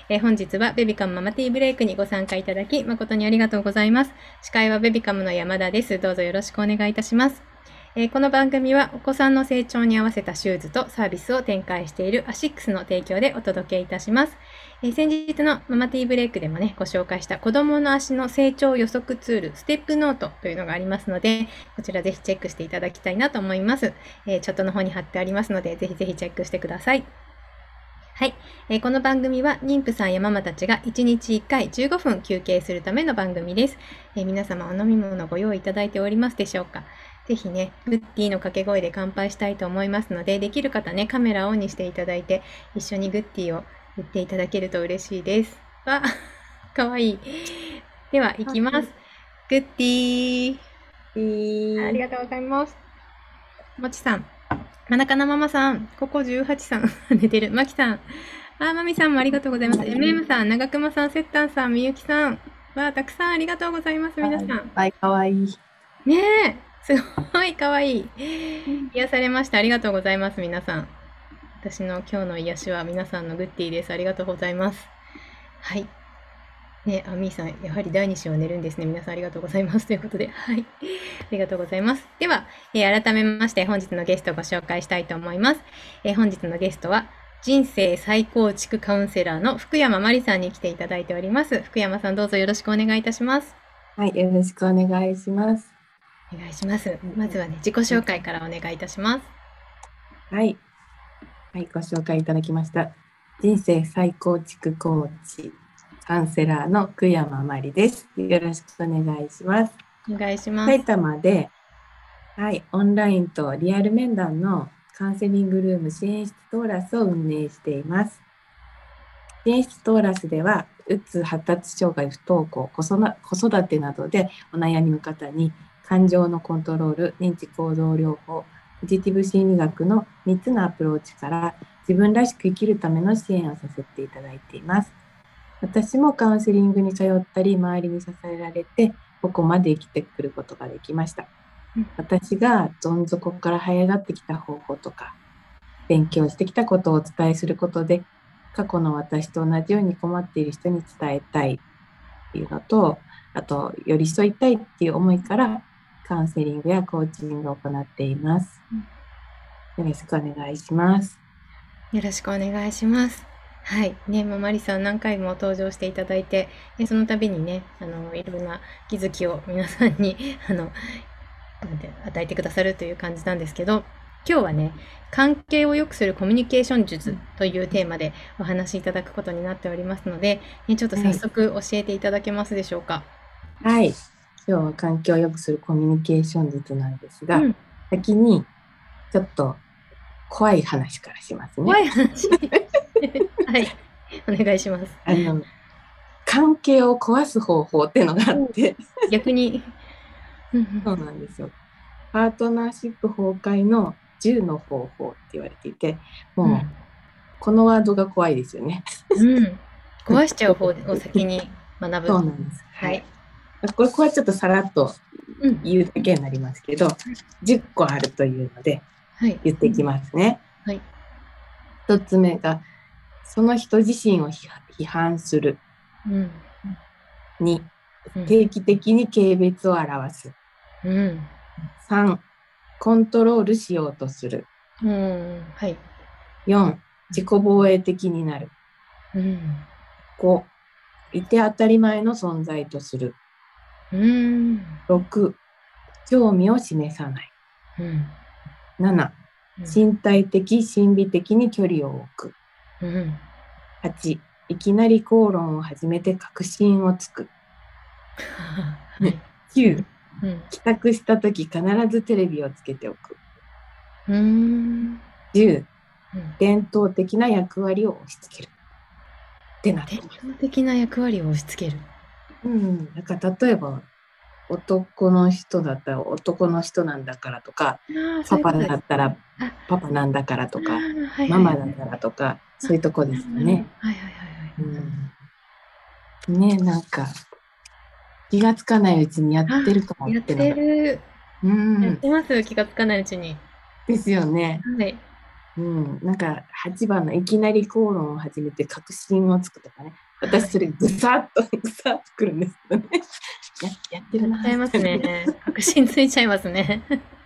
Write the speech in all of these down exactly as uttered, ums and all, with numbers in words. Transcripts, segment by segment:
えー本日はベビカムママティーブレイクにご参加いただき誠にありがとうございます。司会はベビカムの山田です。どうぞよろしくお願いいたします。えーこの番組はお子さんの成長に合わせたシューズとサービスを展開しているアシックスの提供でお届けいたします。えー先日のママティーブレイクでもね、ご紹介した子供の足の成長予測ツール、ステップノートというのがありますので、こちらぜひチェックしていただきたいなと思います。えーチャットの方に貼ってありますので、ぜひぜひチェックしてください。はい、えーこの番組は妊婦さんやママたちがいちにちいっかいじゅうごふん休憩するための番組です。えー皆様お飲み物ご用意いただいておりますでしょうか。ぜひね、グッディの掛け声で乾杯したいと思いますので、できる方ね、カメラをオンにしていただいて、一緒にグッディを言っていただけると嬉しいです。わ、かわいい。では、いきます。グッディー。ありがとうございます。もちさん。まなかなママさん。ここじゅうはちさん。寝てる。まきさん。あー、まみさんもありがとうございます。エムエム さん、長熊さん、せったんさん、みゆきさん。わあ、たくさんありがとうございます。皆さん。 はい、かわいい。 ねえ、すごいかわいい。癒されました。ありがとうございます、皆さん。私の今日の癒しは皆さんのグッディです。ありがとうございます。はい。ね、あみーさん、やはりだいに子は寝るんですね。皆さんありがとうございます。ということで、はい。ありがとうございます。では、えー改めまして本日のゲストをご紹介したいと思います。えー本日のゲストは、人生再構築カウンセラーの福山まりさんに来ていただいております。福山さん、どうぞよろしくお願いいたします。 はい、よろしくお願いします。 お願いします。まずはね、自己紹介からお願いいたします。 はい、はい、ご紹介いただきました。人生再構築コーチ、カウンセラーの久山まりです。よろしくお願いします。 お願いします。 埼玉で、はい、オンラインとリアル面談のカウンセリングルーム支援室トーラスを運営しています。支援室トーラスでは、うつ、発達障害、不登校、子育てなどでお悩みの方に、感情のコントロール、認知行動療法、ポジティブ心理学のみっつのアプローチから自分らしく生きるための支援をさせていただいています。私もカウンセリングに通ったり、周りに支えられて、ここまで生きてくることができました。私がどん底から這い上がってきた方法とか、勉強してきたことをお伝えすることで、過去の私と同じように困っている人に伝えたいっていうのと、あと寄り添いたいっていう思いからカウンセリングやコーチングを行っています。よろしくお願いします。 よろしくお願いします。はい。ね、まあ、マリさん何回も登場していただいて、でその度にね、あの、いろんな気づきを皆さんに、あの、なんて与えてくださるという感じなんですけど、今日はね、関係を良くするコミュニケーション術というテーマでお話しいただくことになっておりますので、ね、ちょっと早速教えていただけますでしょうか。 はい。今日は環境を良くするコミュニケーション術なんですが、 うん、 先にちょっと怖い話からしますね。 怖い話。はい。お願いします。 あの、関係を壊す方法っていうのがあって、 逆に。 そうなんですよ。パートナーシップ崩壊のじゅうの方法って言われていて、もう、 うんこのワードが怖いですよね。 うん。壊しちゃう方を先に学ぶ。 そうなんです。 はい。 これ、これはちょっとさらっとうん。 言うだけになりますけど、じゅっこあるというのではい。 言っていきますね。 はい。 一つ目が、その人自身を批批判する。 うん。 に、 うん。 定期的に軽蔑を表す。 うん。 さん、コントロールしようとする。 うん。はい。 よん、自己防衛的になる。 うん。 ご、いて当たり前の存在とする。 うん。 ろく、興味を示さない。 うん。 なな、身体的、心理的に距離を置く。 うん。 はち、いきなり口論を始めて確信をつく。 はい。 きゅう、 うん。 帰宅したとき必ずテレビをつけておく。 うーん。 じゅう、 うん伝統的な役割を押し付ける。ってなって伝ます。 統的な役割を押し付ける。 うん、なんか例えば男の人だったら男の人なんだからとか、 ああ、そうパパいうことです。 だったらあ、 パパなんだからとあか、 あ、はいマはいはい。 マだからとか、そういうとこでなるほどなるほど。 すよね。 はいはいはいはい。 うん、ね、なんか気がつかないうちにやってるかもやってってのが。 る。 うん、 やってます。気がつかないうちに。 ですよね。 はい。 うん、なんかはちばんのいきなり口論を始めて確信をつくとかね。私それぐさっとぐさっとくるんですけどね。や、やってるなやっちゃいますみたいなね。 ね。確信ついちゃいますね。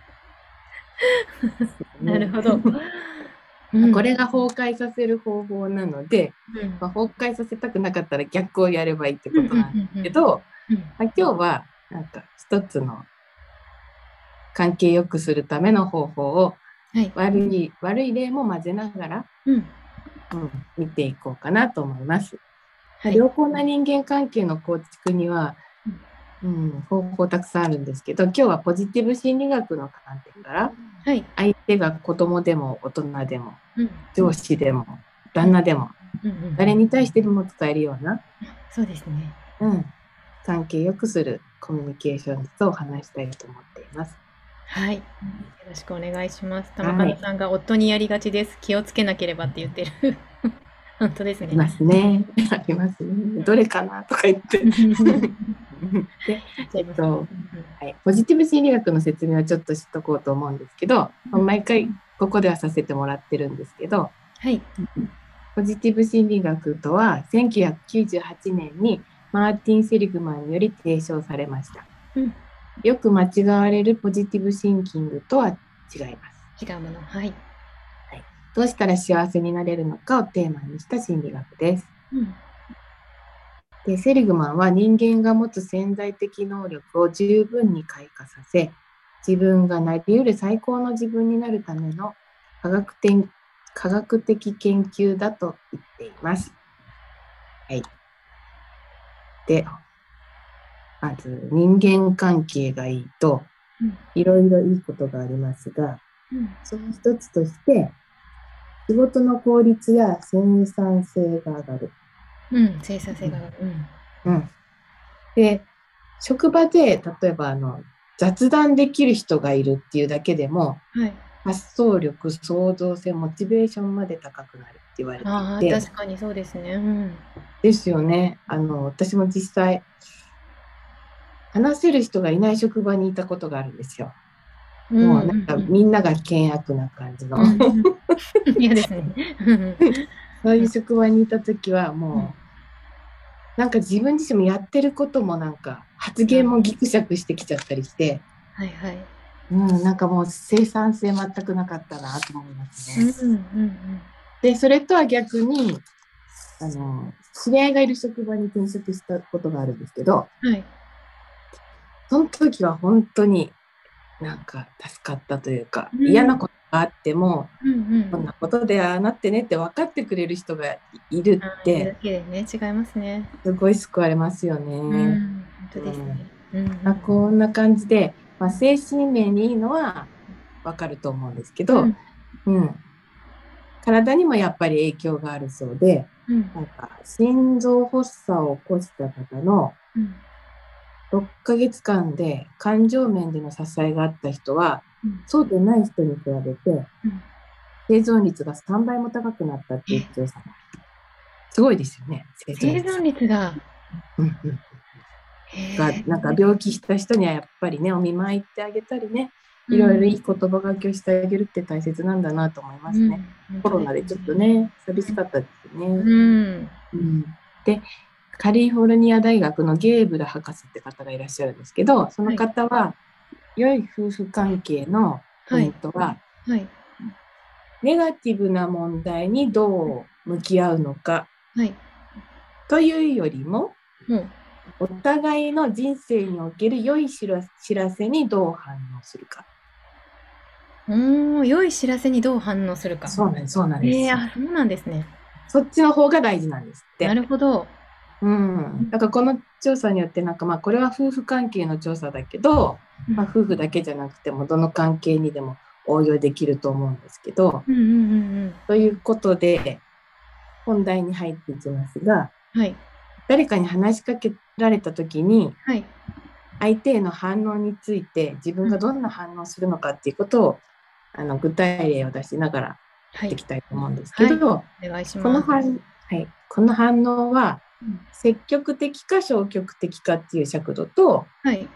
なるほど。うん。 これが崩壊させる方法なので、 うん。 まあ、崩壊させたくなかったら逆をやればいいってうんうんことなんですうんうん。 けど、 うん。 まあ、今日はなんか一つの関係良くするための方法をはい。 悪い悪い例も混ぜながら、 うん。 うん、見ていこうかなと思います。 はい。 良好な人間関係の構築には、うん、方法たくさんあるんですけど、今日はポジティブ心理学の観点からはい。 相手が子供でも大人でもうん。 上司でも旦那でもうんうんうん。 誰に対してでも使えるような、 そうですね。 うん、関係良くするコミュニケーション術を話したいと思っています。 はい。よろしくお願いします。玉はい。 門さんが夫にやりがちです。気をつけなければって言ってる。本当ですね。 ありますね。ありますね。どれかなとか言って。で、 言っちゃいます。 えっと、はい、ポジティブ心理学の説明はちょっとしとこうと思うんですけど、毎回ここではさせてもらってるんですけど、 はい。 ポジティブ心理学とはせんきゅうひゃくきゅうじゅうはちねんにマーティン・セリグマンにより提唱されました。 うん。 よく間違われるポジティブシンキングとは違います。 違うもの。はい。 はい、どうしたら幸せになれるのかをテーマにした心理学です。 うん。 で、セリグマンは人間が持つ潜在的能力を十分に開花させ、自分がなり得る最高の自分になるための科学的、科学的研究だと言っています。はい。で、まず人間関係がいいと、いろいろいいことがありますが、うん、その一つとして、仕事の効率や生産性が上がる。 うん、生産性が上がる。 うん。うん、で、職場で例えばあの雑談できる人がいるっていうだけでも、はい、発想力、創造性、モチベーションまで高くなるって言われていて。 ああ、確かにそうですね。うん、 ですよね。あの私も実際話せる人がいない職場にいたことがあるんですよ。うん、もうなんかみんなが険悪な感じの。 嫌ですね。 そういう職場にいた時はもう、うん、なんか自分自身もやってることもなんか発言もギクシャクしてきちゃったりして、 はいはい。 うん、なんかもう生産性全くなかったなと思いますね。うんうんうん、で、それとは逆に、あの、知り合いがいる職場に転職したことがあるんですけど、はい、その時は本当になんか助かったというか、うん、嫌なことがあっても、うんうん、こんなことでああなってねって分かってくれる人がいるって、 だけでね、違いますね。 すごい救われますよね。うん、 本当ですね。 うんうん、あ、こんな感じで、まあ、精神面にいいのは分かると思うんですけど、うんうん、体にもやっぱり影響があるそうで、うん、なんか心臓発作を起こした方のろっかげつかんで感情面での支えがあった人は、うん、そうでない人に比べて、うん、生存率がさんばいも高くなったっていう調査がすごいですよね。 生存率が。 うんうん、がなんか病気した人にはやっぱりねお見舞い行ってあげたりね、いろいろいい言葉がけをしてあげるって大切なんだなと思いますね。うん、コロナでちょっとね寂しかったですね。うんうん、でカリフォルニア大学のゲーブル博士って方がいらっしゃるんですけど、その方は、はい、良い夫婦関係のポイントは、はいはい、ネガティブな問題にどう向き合うのか、はい、というよりも、うん、お互いの人生における良い知らせにどう反応するか。 うーん、良い知らせにどう反応するか。 そうなんです、そうなんです。 えー、あ、そうなんですね。 そっちの方が大事なんですって。 なるほど。 うん。だからこの調査によってなんかまあこれは夫婦関係の調査だけど、まあ、夫婦だけじゃなくてもどの関係にでも応用できると思うんですけど、うんうんうんうん、ということで本題に入っていきますが、はい、誰かに話しかけられた時に、はい、相手への反応について自分がどんな反応するのかっていうことを、うん、あの具体例を出しながらやっていきたいと思うんですけど、はい、お願いします。この反、はい、この反応は積極的か消極的かっていう尺度と、はい、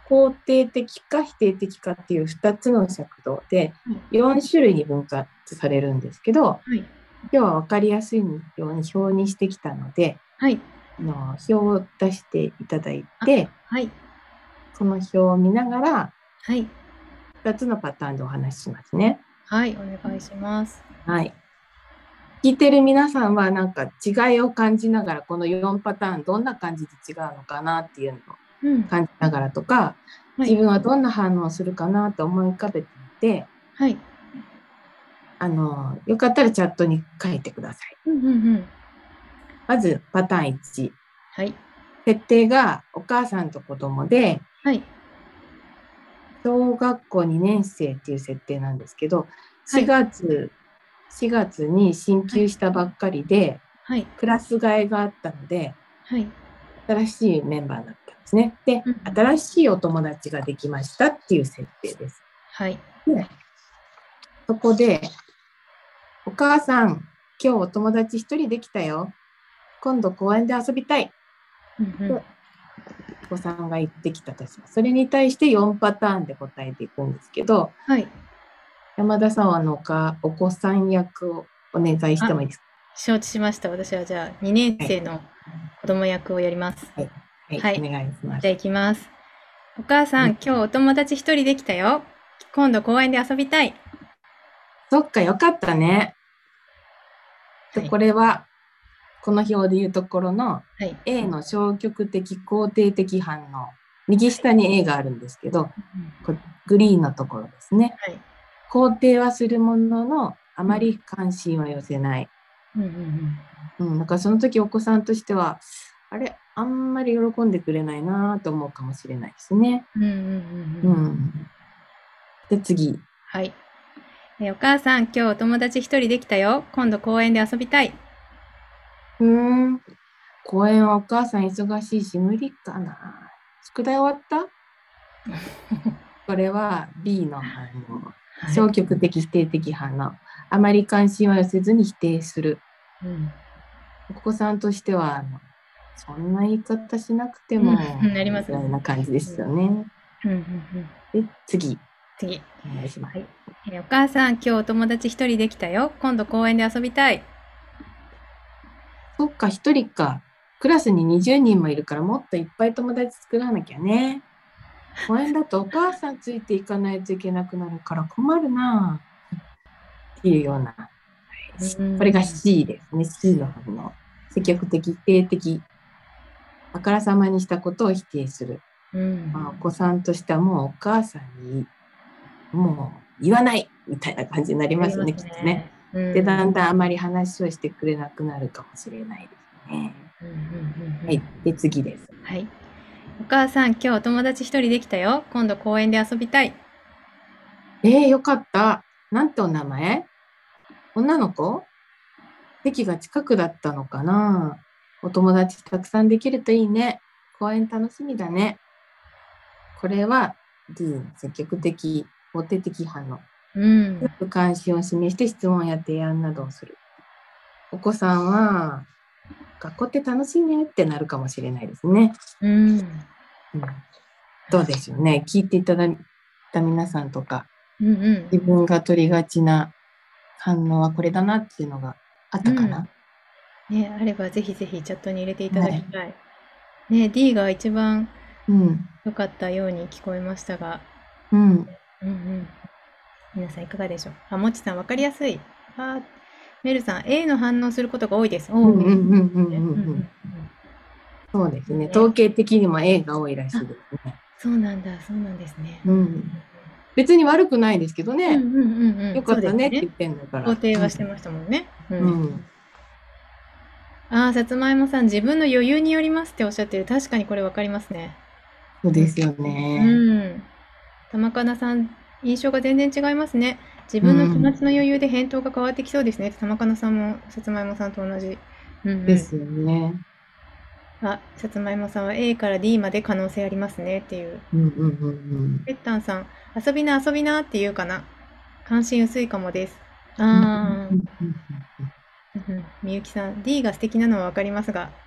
肯定的か否定的かっていうふたつの尺度でよん種類に分割されるんですけど、 はい。 今日は分かりやすいように表にしてきたので、 はい。 あの表を出していただいて、 はい。 その表を見ながらはい。 ふたつのパターンでお話ししますね。 はい。お願いします。 はい。聞いてる皆さんはなんか違いを感じながら、このよんパターンどんな感じで違うのかなっていうのをうん。 感じながらとか、 はい。 自分はどんな反応をするかなと思い浮かべてみて、 はい。 あの、よかったらチャットに書いてください。 うんうんうん。 まずパターンいち。 はい。 設定がお母さんと子供で、 はい。 小学校にねん生っていう設定なんですけど、 はい 4月、4月に進級したばっかりで、 はい。 クラス替えがあったので、 はい。 新しいメンバーだったんですね。で、 うん新しいお友達ができましたっていう設定です。 はい。 で、そこで、お母さん、今日お友達一人できたよ。今度公園で遊びたい。 うんうん。 とお子さんが言ってきたとします。それに対してよんパターンで答えていくんですけど、 はい。 山田さんはあのおかお子さん役をお願いしてもいいですか？ 承知しました。私はじゃあにねん生の子供役をやります。 はい、はい、 はいお願いします。 じゃあ行きます。お母さん、今日お友達一人できたよ。今度公園で遊びたい。 そっか、よかったね。 はい。 これは、この表でいうところのはい。 A の消極的肯定的反応。右下に A があるんですけど、これグリーンのところですね。 はい。 肯定はするものの、あまり関心は寄せない。 うんうんうん。 うん、だからその時お子さんとしては、あれ、あんまり喜んでくれないなと思うかもしれないですね。 うんうんうんううん。 ん。で、次。 はい。えーお母さん、今日お友達一人できたよ。今度公園で遊びたい。 うーん。公園はお母さん忙しいし無理かな。宿題終わったこれは B の反応。 はい。 消極的否定的反応。あまり関心は寄せずに否定する。 うん。 お子さんとしては、あのそんな言い方しなくても、 うんなりますみたいな感じですよね。 うんうんうん。 で、次。 次。 お願いします。 はい。えーお母さん、今日お友達一人できたよ。今度公園で遊びたい。 そっか、一人か。クラスににじゅうにんもいるから、もっといっぱい友達作らなきゃね。公園だとお母さんついていかないといけなくなるから困るなっていうような。これが C ですね。C の反応。積極的、否定的。あからさまにしたことを否定する。 うんまあ、お子さんとしてはもうお母さんにもう言わないみたいな感じになりますよね、きっとね。 うんで、だんだんあまり話をしてくれなくなるかもしれないですね。 うんうんうんうんはい。で、次です。 はい。お母さん、今日お友達一人できたよ。今度公園で遊びたい。 えー、よかった。なんてお名前？女の子？席が近くだったのかな？お友達たくさんできるといいね。公園楽しみだね。これは D、積極的、肯定的反応。 うん。 強く関心を示して質問や提案などをする。お子さんは、学校って楽しいねってなるかもしれないですね。 うん。 うん、どうでしょうね。聞いていただいた皆さんとか、 うんうん自分が取りがちな反応はこれだなっていうのがあったかな。 ね、あればぜひぜひチャットに入れていただきたい。ね、D が一番うん。 良かったように聞こえましたが、 うん。 うんうん。皆さんいかがでしょう。あ、もちさんわかりやすい。あ、メルさん、A の反応することが多いです。おーうんうんうんうんうんうんううんん。そうですね。 ね統計的にも A が多いらしいですね。 そうなんだ、そうなんですね。 うん。別に悪くないですけどうんうね。 んうんうん。 よかったねって言そうですね。 ってんだから。 肯定はしてましたもんね。う。 うんん。 ああ、さつまいもさん、自分の余裕によりますっておっしゃってる。確かにこれわかりますね。 そうですようね。 ん。玉かなさん、印象が全然違いますね。自分の気持ちの余裕で返答が変わってきそうですね。玉かなさんもさつまいもさんと同じ。うんうん。 ですよね。 あ、さつまいもさんは A から D まで可能性ありますねっていう。 うんうんうんぺったんさん、遊びな遊びなって言うかな。関心薄いかもです。 うん。 ああ、 うんうんうんうんうんみゆきさん、D が素敵なのはわかりますが、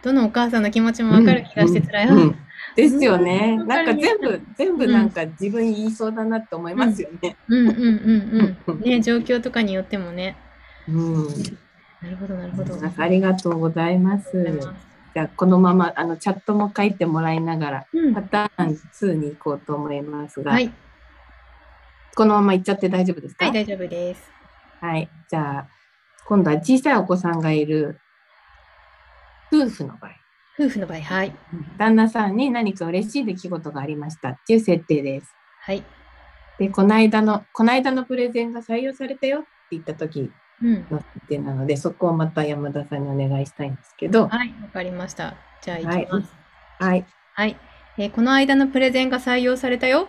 どのお母さんの気持ちもわかる気がして辛い。 うんうん、ですよね。 うん、 なんか全部、全部なんうんか自分言いそうだなって思いますよね。 うんうんうんうん。ね、状況とかによってもね。 うん。 なるほど、なるほど。 ありがとうございます。じゃあ、このまま、あの、チャットも書いてもらいながら、 うん、 パターンにに行こうと思いますが、 はい。 このまま行っちゃって大丈夫ですか？ はい、大丈夫です。 はい。じゃあ、今度は小さいお子さんがいる夫婦の場合。 夫婦の場合、はい。 旦那さんに何か嬉しい出来事がありましたっていう設定です。 はい。 で、この間の、この間のプレゼンが採用されたよって言った時の設定なので、うん、そこをまた山田さんにお願いしたいんですけど。 はい、わかりました。じゃあ、行きます。 はい。 はい。えー、この間のプレゼンが採用されたよ。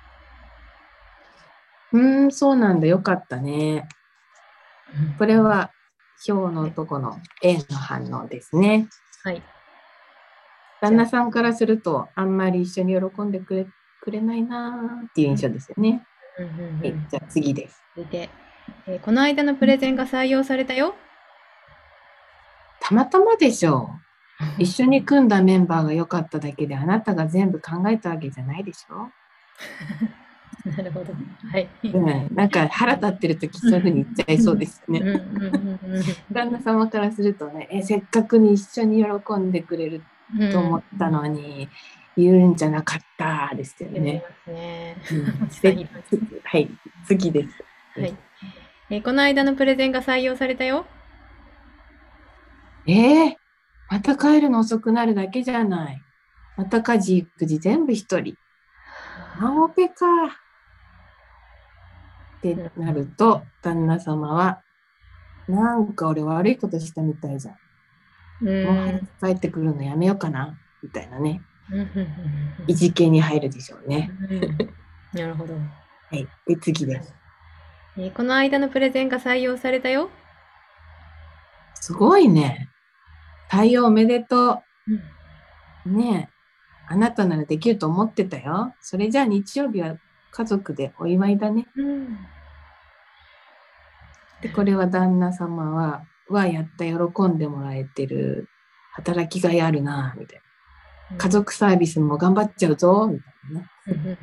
うーん、そうなんだ。よかったね。これは表のとこの A の反応ですね。 はい。 旦那さんからすると、あんまり一緒に喜んでくれ、くれないなっていう印象ですよね。はい、じゃあ次です。 続いて、えー、この間のプレゼンが採用されたよ。 たまたまでしょう。一緒に組んだメンバーが良かっただけで、あなたが全部考えたわけじゃないでしょ。 なるほど。はい。 うん、なんか腹立ってるときそういうふうに言っちゃいそうですね。旦那様からするとね、え、せっかくに一緒に喜んでくれると思ったのに、言うんじゃなかったですよね。はい、次です。 はい。えー、この間のプレゼンが採用されたよ。 えー、また帰るの遅くなるだけじゃない。また家事、育児全部一人。ワンオペか。ってなると、旦那様は、なんか俺悪いことしたみたいじゃん。もう早く帰ってくるのやめようかな、みたいなね。いじけに入るでしょうね。 なるほど。はい。で、次です。 えー、この間のプレゼンが採用されたよ。 すごいね。採用おめでとう。ねえ。あなたならできると思ってたよ。それじゃあ日曜日は家族でお祝いだね。うん、で、これは旦那様は、はやった喜んでもらえてる。働きがいあるな、みたいな。家族サービスも頑張っちゃうぞ、みたいなね。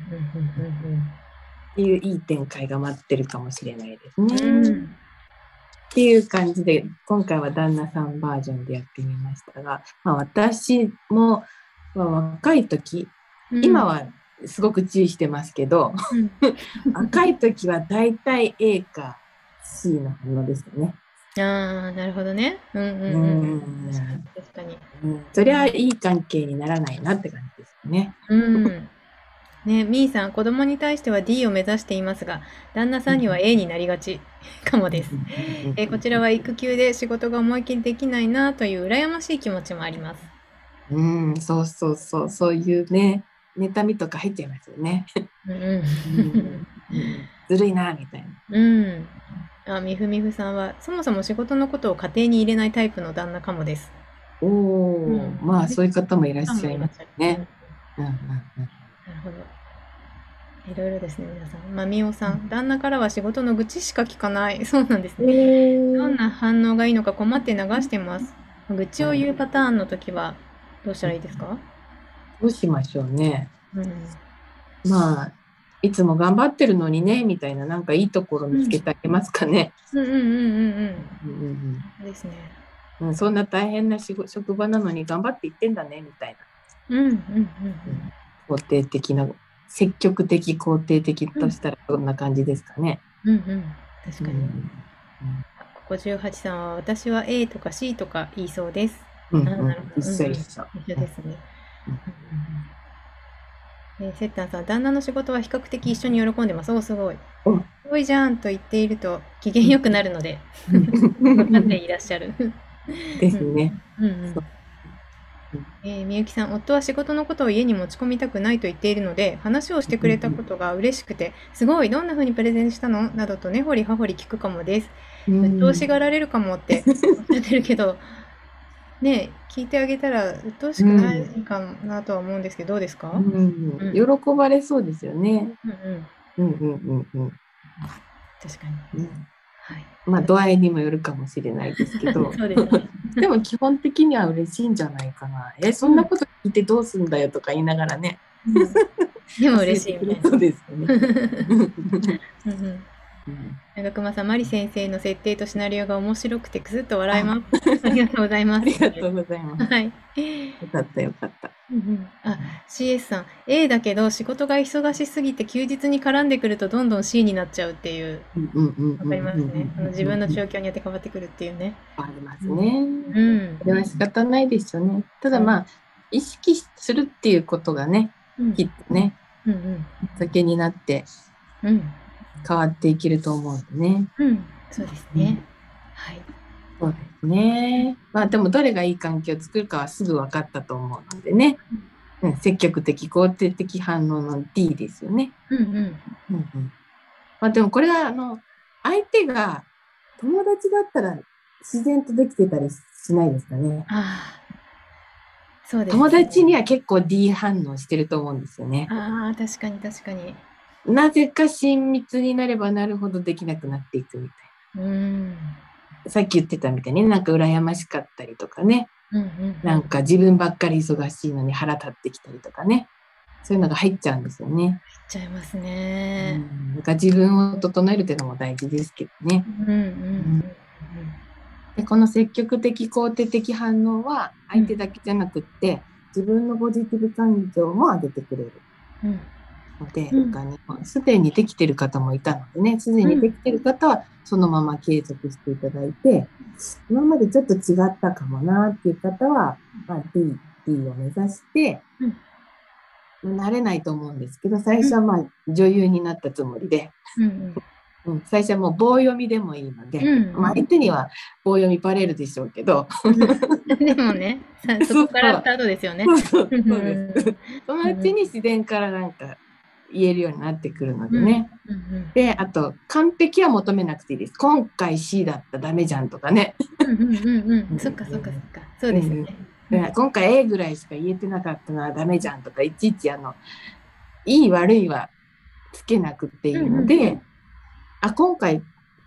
っていういい展開が待ってるかもしれないですね。うん、っていう感じで、今回は旦那さんバージョンでやってみましたが、まあ、私も、まあ、若い時、うん、今はすごく注意してますけど、うん、若い時はだいたい A か C の反応ですよね。 ああ、なるほどね。うんうんうん。うん確かに。確かに、 うん。そりゃいい関係にならないなって感じですね。 うん。ね、みーさん、子供に対しては D を目指していますが、旦那さんには A になりがちかもです。えこちらは育休で仕事が思いっきりできないなという羨ましい気持ちもあります。 うん、そうそうそう、そういうね、妬みとか入っちゃいますよね。うんうん、ずるいな、みたいな。 うん。あ、みふみふさんは、そもそも仕事のことを家庭に入れないタイプの旦那かもです。 おお、うん、まあそういう方もいらっしゃいますね。 うんうんうん、なるほど。いろいろですね、皆さん。まみおさん、旦那からは仕事の愚痴しか聞かない。そうなんですね。どんな反応がいいのか困って流してます。愚痴を言うパターンの時は、どうしたらいいですか？ どうしましょうね。うん、まあ、いつも頑張ってるのにね、みたいな、なんかいいところ見つけてあげますかね。 うんうんうんうんうん。うんうん、ですね。 うん、そんな大変な職場なのに頑張っていってんだね、みたいな。うんうんうんうん。肯定的な、積極的、肯定的としたらどんな感じですかね。 うんうん、確かに。うんうん、ここじゅうはちさんは、私は A とか C とか言いそうです。 うんうん、なるほど。一緒一緒。 一緒ですね。えー、セッタンさん、旦那の仕事は比較的一緒に喜んでます。お、すごい。すごいじゃんと言っていると機嫌よくなるので、分かっていらっしゃる。 ですね。 うんうんえー、みゆきさん、夫は仕事のことを家に持ち込みたくないと言っているので、話をしてくれたことが嬉しくて、すごい、どんな風にプレゼンしたのなどと根掘り葉掘り聞くかもです。鬱陶しがられるかもっておっしゃってるけど、ね、聞いてあげたら鬱陶しくないかなとは思うんですけど、どうですか？ うん、うん、喜ばれそうですよね。うんうん。うんうんうんうん。 確かに。うん、 はい。まあ度合いにもよるかもしれないですけど。 そうですね。 でも基本的には嬉しいんじゃないかな。え、そんなこと聞いてどうすんだよとか言いながらね、 うんでも教え嬉していくれみたいな。 そうですよね。 うんうんうん長熊さん、マリ先生の設定とシナリオが面白くてくすっと笑います。ありがとうございます。 ありがとうございます。 はい。 よかったよかった。 うんうんあ、シーエス さん、A だけど仕事が忙しすぎて休日に絡んでくるとどんどん C になっちゃうっていう。 うんうんうんわかりますね。あの自分の状況況によって変わってくるっていうね。 ありますね。 うん。 それは仕方ないですよね。ただまあ、意識するっていうことがね、 うんきっとね、 うんうんきっかけになってうん変わっていけると思うんでね。 うんそうですね。はい。 そうですね。まあでもどれがいい環境を作るかはすぐ分かったと思うのでね。うん、積極的、肯定的反応の D ですよね。 うんうん。 うんうんまあでもこれはあの、相手が友達だったら自然とできてたりしないですかね。 ああ、そうです、 友達には結構 D 反応してると思うんですよね。 ああ、確かに確かに。 なぜか親密になればなるほどできなくなっていくみたいうん。 な。さっき言ってたみたいになんか羨ましかったりとかね。 うんうん。 なんか自分ばっかり忙しいのに腹立ってきたりとかね。そういうのが入っちゃうんですよね。 入っちゃいますね。 うん、だから自分を整えるっていうのも大事ですけどね。 うんうんうんでこの積極的肯定的反応は相手だけじゃなくって自分のポジティブ感情も上げてくれるうんので、 うん他にもすでにできてる方もいたのでね、すでにできてる方はそのまま継続していただいて、今までちょっと違ったかもなっていう方は、まあ、D、D を目指して、なれないと思うんですけど、最初はまあ女優になったつもりで、 うんうんうん、最初はもう棒読みでもいいので、 うんまあ、相手には棒読みバレるでしょうけど、 でもね、さそこからスタートですよね。 そうそうそううんです。そのうちに自然からなんか言えるようになってくるのでね。 うんうんで、あと、完璧は求めなくていいです。今回 C だったらダメじゃんとかね。 うんうんうんうんそっかそっかそっか。そうですね。 で今回 A ぐらいしか言えてなかったのはダメじゃんとか、いちいちあの、いい悪いはつけなくていいので、 うんうんあ、今回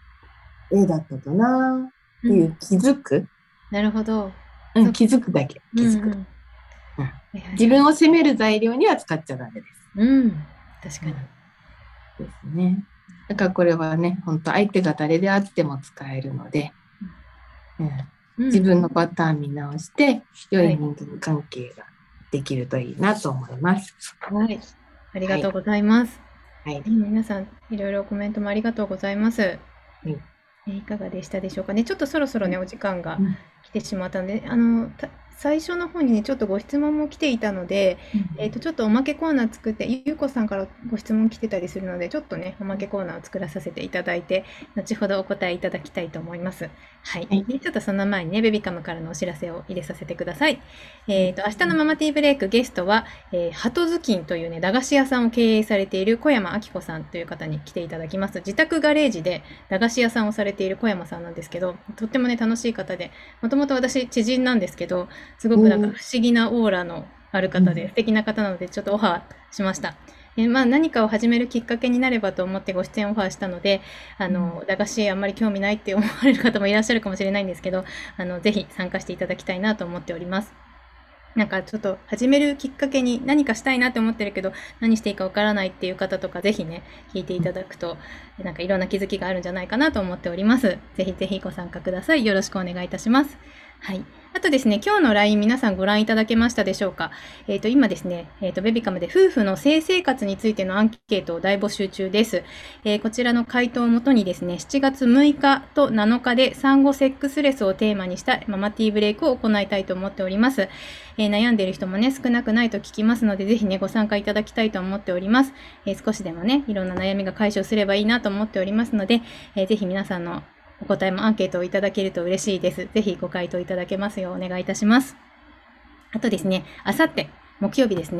A だったかなっていう気づく。 なるほど。 うん、気づくだけ。気づく。 うんうん自分を責める材料には使っちゃダメです。 うん、確かに。 ですね。だからこれはね、本当相手が誰であっても使えるので、うんうん自分のパターン見直して、良い人間関係ができるといいなと思います。 はい。ありがとうございます。 はい。 皆さん、いろいろコメントもありがとうございます。 はいえいかがでしたでしょうかね。ちょっとそろそろね、お時間がうん来てしまったので、あの、た最初の方にね、ちょっとご質問も来ていたので、えっと、ちょっとおまけコーナー作って、ゆうこさんからご質問来てたりするので、ちょっとね、おまけコーナーを作らさせていただいて、後ほどお答えいただきたいと思います。はい。 はいでちょっとその前にね、ベビカムからのお知らせを入れさせてください。えっと、明日のママティーブレイクゲストは、えー、ハトズキンというね、駄菓子屋さんを経営されている小山明子さんという方に来ていただきます。自宅ガレージで駄菓子屋さんをされている小山さんなんですけど、とってもね、楽しい方で、もともと私、知人なんですけど、すごくなんか不思議なオーラのある方で、素敵な方なので、ちょっとオファーしました。えまあ、何かを始めるきっかけになればと思ってご出演オファーしたので、あの、駄菓子あんまり興味ないって思われる方もいらっしゃるかもしれないんですけど、あの、ぜひ参加していただきたいなと思っております。なんかちょっと始めるきっかけに何かしたいなって思ってるけど、何していいかわからないっていう方とか、ぜひね、聞いていただくと、なんかいろんな気づきがあるんじゃないかなと思っております。ぜひぜひご参加ください。よろしくお願いいたします。はい。あとですね、今日の ライン 皆さんご覧いただけましたでしょうか。えっと、今ですね、えっと、ベビカムで夫婦の性生活についてのアンケートを大募集中です。えー、こちらの回答をもとにですね、しちがつむいかとなのかで産後セックスレスをテーマにしたママティーブレイクを行いたいと思っております。えー、悩んでいる人もね、少なくないと聞きますので、ぜひね、ご参加いただきたいと思っております。えー、少しでもね、いろんな悩みが解消すればいいなと思っておりますので、えー、ぜひ皆さんのお答えもアンケートをいただけると嬉しいです。ぜひご回答いただけますようお願いいたします。あとですね、あさって木曜日ですね、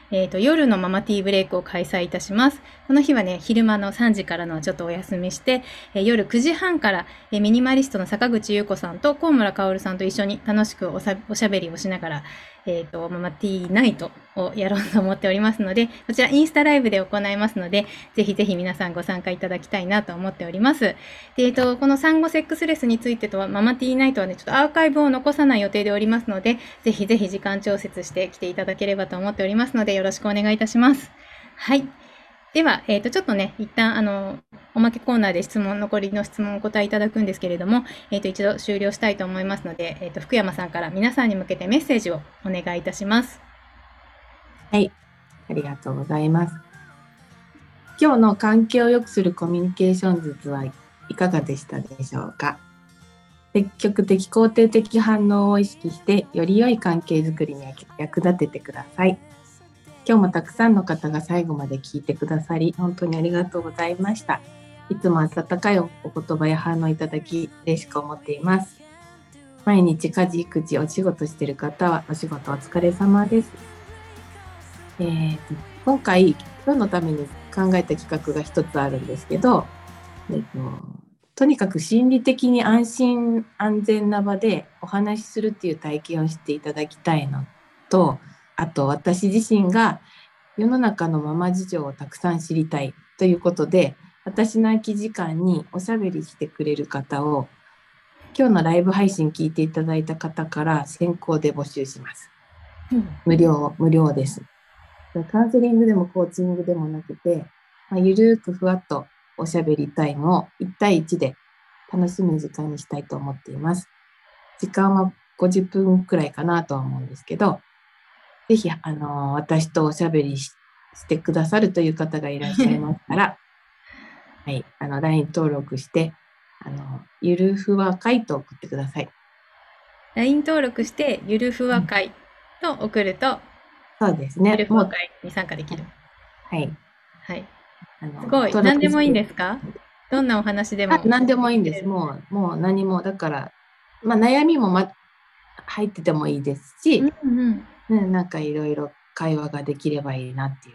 えーと、夜のママティーブレイクを開催いたします。この日はね、昼間のさんじからのちょっとお休みして、えー、夜くじはんから、えー、ミニマリストの坂口優子さんと高村薫さんと一緒に楽しくおさおしゃべりをしながら、えーと、ママティーナイトをやろうと思っておりますので、こちらインスタライブで行いますので、ぜひぜひ皆さんご参加いただきたいなと思っております。で、えーと、このサンゴセックスレスについてとは、ママティーナイトはね、ちょっとアーカイブを残さない予定でおりますので、ぜひぜひ時間調節して来ていただければと思っておりますので、よろしくお願いいたします。はい。では、えっと、ちょっとね、一旦、あの、おまけコーナーで質問、残りの質問をお答えいただくんですけれども、えっと、一度終了したいと思いますので、えっと、福山さんから皆さんに向けてメッセージをお願いいたします。 はい。ありがとうございます。今日の関係を良くするコミュニケーション術はいかがでしたでしょうか。積極的肯定的反応を意識して、より良い関係づくりに役立ててください。今日もたくさんの方が最後まで聞いてくださり、本当にありがとうございました。いつも温かいお言葉や反応いただき、嬉しく思っています。毎日家事、育児、お仕事している方は、お仕事お疲れ様です。えー、今回、今日のために考えた企画が一つあるんですけど、えーと、とにかく心理的に安心安全な場でお話しするっていう体験をしていただきたいのと、あと私自身が世の中のママ事情をたくさん知りたいということで、私の空き時間におしゃべりしてくれる方を今日のライブ配信聞いていただいた方から先行で募集します。うん、無料、無料です。カウンセリングでもコーチングでもなくて、まあ、ゆるくふわっとおしゃべりタイムをいち対いちで楽しむ時間にしたいと思っています。時間はごじゅっぷんくらいかなとは思うんですけど、ぜひ、あの、私とおしゃべり し, してくださるという方がいらっしゃいましたら、はい、あの、ライン 登録して、あの、ゆるふわ会と送ってください。 ライン 登録して、ゆるふわ会と送ると、 そうですね。 ゆるふわ会に参加できる。 はい。 はい。あのすごい。何でもいいんですか？どんなお話でも。 何でもいいんです。もう、もう何も、だから、まあ、悩みも、ま、入っててもいいですし、うんうんね、なんかいろいろ会話ができればいいなっていう。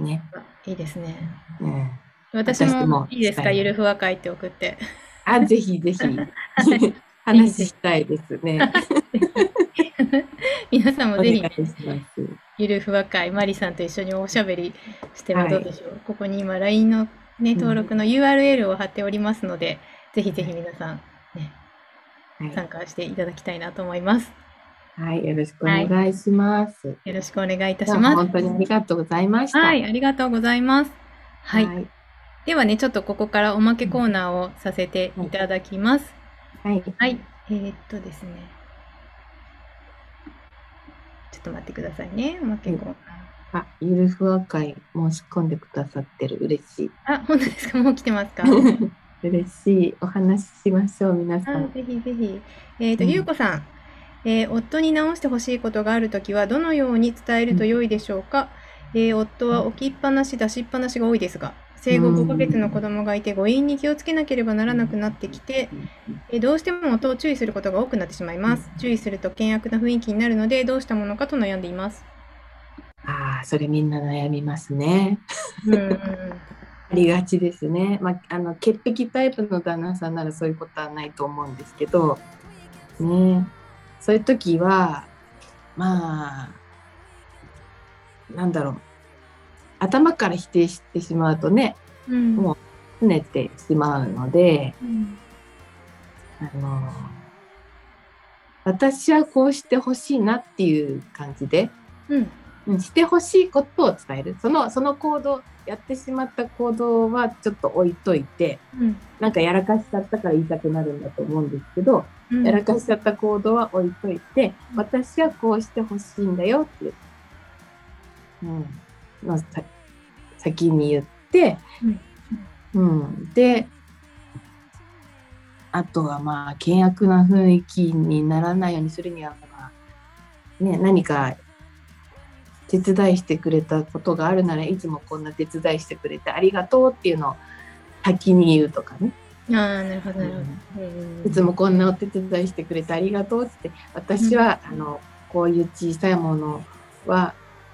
ね。 いいですね。 ね、 私もいいですか？ゆるふわ会って送って。 あ、ぜひぜひ。話したいですね。 皆さんもぜひ、ね、ゆるふわ会、マリさんと一緒におしゃべりしてもどうでしょう。はい、ここに今 ライン の、ね、登録の ユーアールエル を貼っておりますので、うん、ぜひぜひ皆さん、ね、はい、参加していただきたいなと思います。 はい、よろしくお願いします。はい、 よろしくお願いいたします。 本当にありがとうございました。 はい、ありがとうございます。はい。はい、ではね、ちょっとここからおまけコーナーをさせていただきます。はい。はい。えー、っとですね。ちょっと待ってくださいね。おまけコーナー。 あ、ゆるふわ会申し込んでくださってる。嬉しい。 あ、本当ですか？もう来てますか？ 嬉しい。お話ししましょう、皆さん。 あ、ぜひぜひ。えっと、ゆうこさん。えー、夫に直してほしいことがあるときは、どのように伝えると良いでしょうか？うん、えー、夫は置きっぱなし、出しっぱなしが多いですが、生後ごかげつの子供がいて、誤飲に気をつけなければならなくなってきて、えー、どうしても夫を注意することが多くなってしまいます。注意すると険悪な雰囲気になるので、どうしたものかと悩んでいます。 ああ、それみんな悩みますね。うん、ありがちですね。まあ、あの潔癖タイプの旦那さんならそういうことはないと思うんですけど、ね、そういう時はまあなんだろう、頭から否定してしまうとね、うん、もう拗ねてしまうので、うん、あの私はこうしてほしいなっていう感じで、うん、してほしいことを伝える。そのその行動、やってしまった行動はちょっと置いといて、うん、なんかやらかしちゃったから言いたくなるんだと思うんですけど、うん、やらかしちゃった行動は置いといて、うん、私はこうしてほしいんだよっていう、うん、のさ先に言って、うんうん、であとはまあ険悪な雰囲気にならないようにするには、まあね、何か手伝いしてくれたことがあるなら、いつもこんな手伝いしてくれてありがとうっていうのを先に言うとかね。 ああ、なるほどなるほど、 うん。いつもこんなお手伝いしてくれてありがとうって、私は、うん、あのこういう小さいものは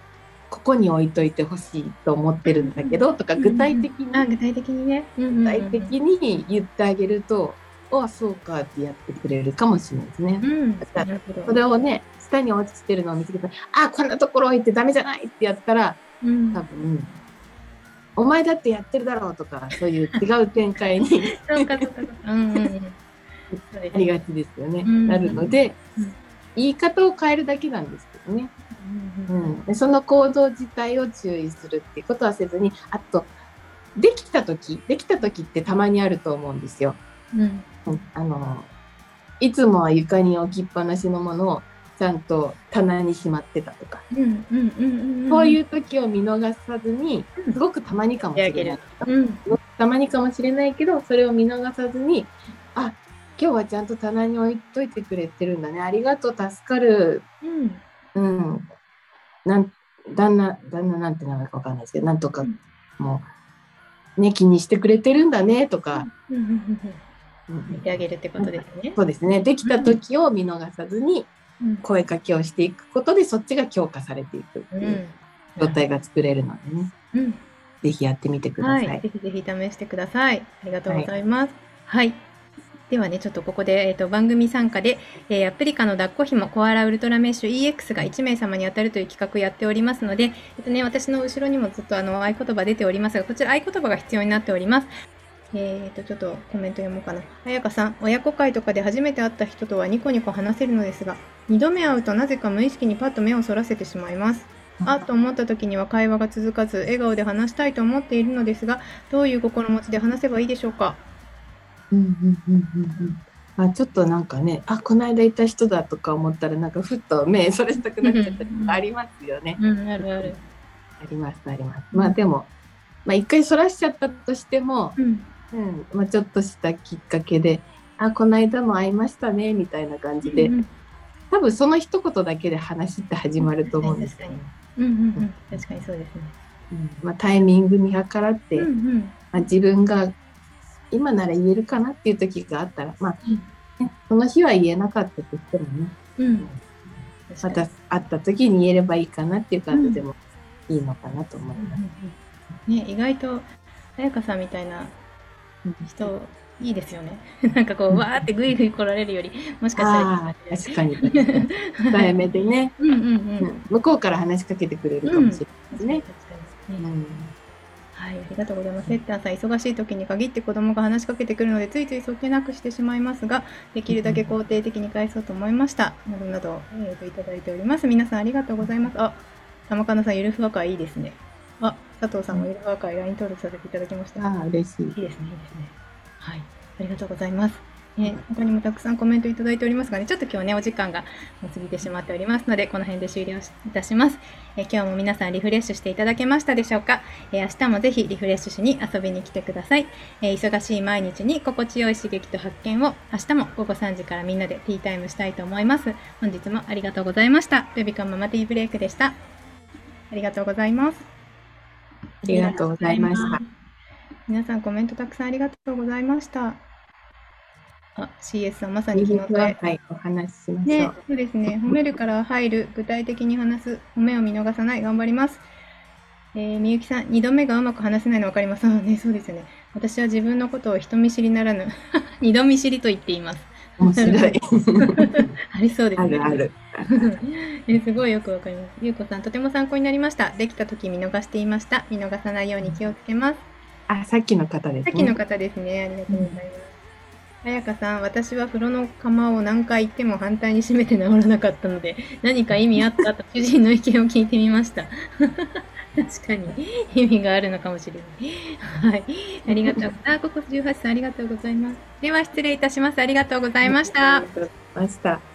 ここに置いといてほしいと思ってるんだけど、とか、具体的に、 あ、具体的にね。 具体的に言ってあげると、あ、そうかってやってくれるかもしれないですね。 うん、 だからなるほど。 それをね、下に落ちてるのを見つけたら、あ、こんなところ置いてダメじゃないってやったら、 うん、 多分、お前だってやってるだろうとか、そういう違う展開にそうか、そうか、そうか。うんうんうん。そうですありがちですよね。 うんなるので、 うん言い方を変えるだけなんですけどね。 ううんん、でその行動自体を注意するっていうことはせずに、あと、できた時、できた時ってたまにあると思うんですよ。 うんうんあの、いつもは床に置きっぱなしのものをちゃんと棚にしまってたとか、 うんうんうんうんうん。 そういう時を見逃さずに、すごくたまにかもしれない。 うんたまにかもしれないけど、それを見逃さずに、あ、今日はちゃんと棚に置いといてくれてるんだね。ありがとう、助かる。 うんうん。なん旦那、旦那なんて名前かわかんないですけど、なんとか、 うんもう、ね、気にしてくれてるんだね、とか、 うんうんうんうん見てあげるってことですね。 そうですね。できた時を見逃さずに、 うん声かけをしていくことで、そっちが強化されていくっていう状態が作れるのでね、 うんぜひやってみてくだはい、 さい。 ぜひぜひ試してください。ありがとうございます。はい。ではね、ちょっとここで、えっと、番組参加で、えーアプリカの抱っこ紐コアラウルトラメッシュ イーエックス がいち名様に当たるという企画をやっておりますので、えっとね、私の後ろにもずっとあの合言葉出ておりますが、こちら合言葉が必要になっております。えーと、ちょっとコメント読もうかな。あやかさん、親子会とかで初めて会った人とはニコニコ話せるのですが、二度目会うとなぜか無意識にパッと目をそらせてしまいます。あと思った時には会話が続かず、笑顔で話したいと思っているのですが、どういう心持ちで話せばいいでしょうか。 うんうんうんうんうんあちょっとなんかね、あ、この間いた人だとか思ったら、なんかふっと目それしたくなっちゃったりとかありますよね。 うん、あるある。 あります、あります。まあでも、まあ一回そらしちゃったとしても、 うん、 うん、まあちょっとしたきっかけで、あ、この間も会いましたね、みたいな感じで、 うん多分その一言だけで話って始まると思うんですよね。 うんうんうん、確かにそうですね。 うんまあ、タイミング見計らって、 うんうんまあ、自分が今なら言えるかなっていう時があったら、まあね、その日は言えなかったとしてもね、 うん、 また会った時に言えればいいかなっていう感じでもいいのかなと思います。 ね、意外と彩香さんみたいな人いいですよね。なんかこうわーってグイグイ来られるより、もしかしたらああ、確かに確かに。控えめでね、 うんうんうんうん向こうから話しかけてくれるかもしれないですね。 確かにねうんはい、ありがとうございます。セッターさん、忙しい時に限って子供が話しかけてくるので、ついついそっけなくしてしまいますが、できるだけ肯定的に返そうと思いました。などなど、えーと、いただいております。皆さんありがとうございます。あ、玉かなさん、ゆるふわ会いいですね。あ、佐藤さんもゆるふわ会 ライン 登録させていただきました。 ああ、嬉しい。 いいですね、いいですね。はい、ありがとうございます。ね、他にもたくさんコメントいただいておりますがね、ちょっと今日ね、お時間がもう過ぎてしまっておりますので、この辺で終了いたします。え今日も皆さんリフレッシュしていただけましたでしょうか。え明日もぜひリフレッシュしに遊びに来てください。え忙しい毎日に心地よい刺激と発見を明日もごごさんじからみんなでティータイムしたいと思います。本日もありがとうございました。ベビカムママティーブレイクでした。ありがとうございます。 ありがとうございました。 皆さんコメントたくさんありがとうございました。あ、シーエス さんまさに日の声。 はい、お話ししましょう。 ね、そうですね。褒めるから入る、具体的に話す、褒めを見逃さない、頑張ります。えー、みゆきさん、二度目がうまく話せないの分かります。あ、ね、そうですよね。私は自分のことを人見知りならぬ、二度見知りと言っています。 面白い。 ありそうですね。 あるある。 えすごいよくわかります。ゆうこさん、とても参考になりました。できた時見逃していました。見逃さないように気をつけます。 あ、さっきの方ですね。 さっきの方ですね。ありがとうございます。あやかさん、私は風呂の釜を何回言っても反対に閉めて治らなかったので、何か意味あったと主人の意見を聞いてみました。確かに意味があるのかもしれない。はい。ありがとう。あ、ここじゅうはちさんありがとうございます。では失礼いたします。ありがとうございました。 ありがとうございました。